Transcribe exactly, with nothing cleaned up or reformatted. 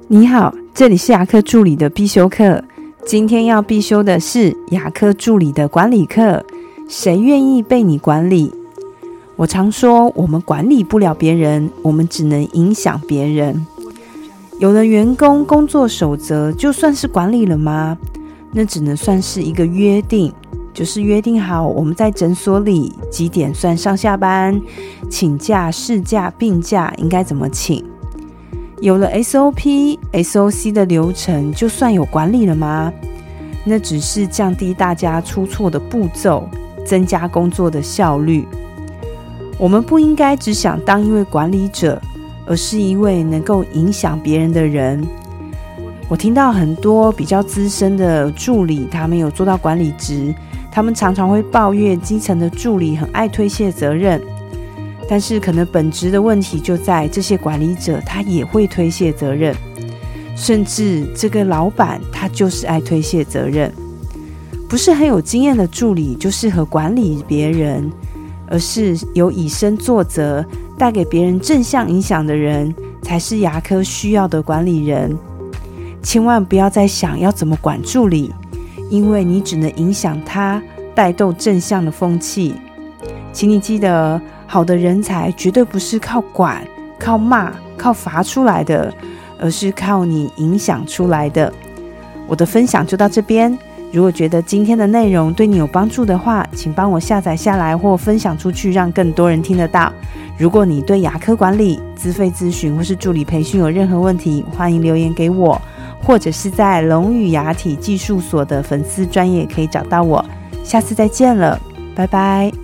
你好，这里是牙科助理的必修课。今天要必修的是牙科助理的管理课。谁愿意被你管理？我常说，我们管理不了别人，我们只能影响别人。有了员工工作守则，就算是管理了吗？那只能算是一个约定，就是约定好我们在诊所里几点算上下班，请假、事假、病假应该怎么请。有了 S O P、S O C 的流程，就算有管理了吗？那只是降低大家出错的步骤，增加工作的效率。我们不应该只想当一位管理者，而是一位能够影响别人的人。我听到很多比较资深的助理，他们有做到管理职，他们常常会抱怨基层的助理很爱推卸责任。但是可能本质的问题就在这些管理者他也会推卸责任，甚至这个老板他就是爱推卸责任。不是很有经验的助理就适合管理别人，而是有以身作则带给别人正向影响的人才是牙科需要的管理人。千万不要再想要怎么管助理，因为你只能影响他，带动正向的风气。请你记得，好的人才绝对不是靠管、靠骂、靠罚出来的，而是靠你影响出来的。我的分享就到这边，如果觉得今天的内容对你有帮助的话，请帮我下载下来或分享出去，让更多人听得到。如果你对牙科管理、资费咨询或是助理培训有任何问题，欢迎留言给我，或者是在龙语牙体技术所的粉丝专页可以找到我。下次再见了，拜拜。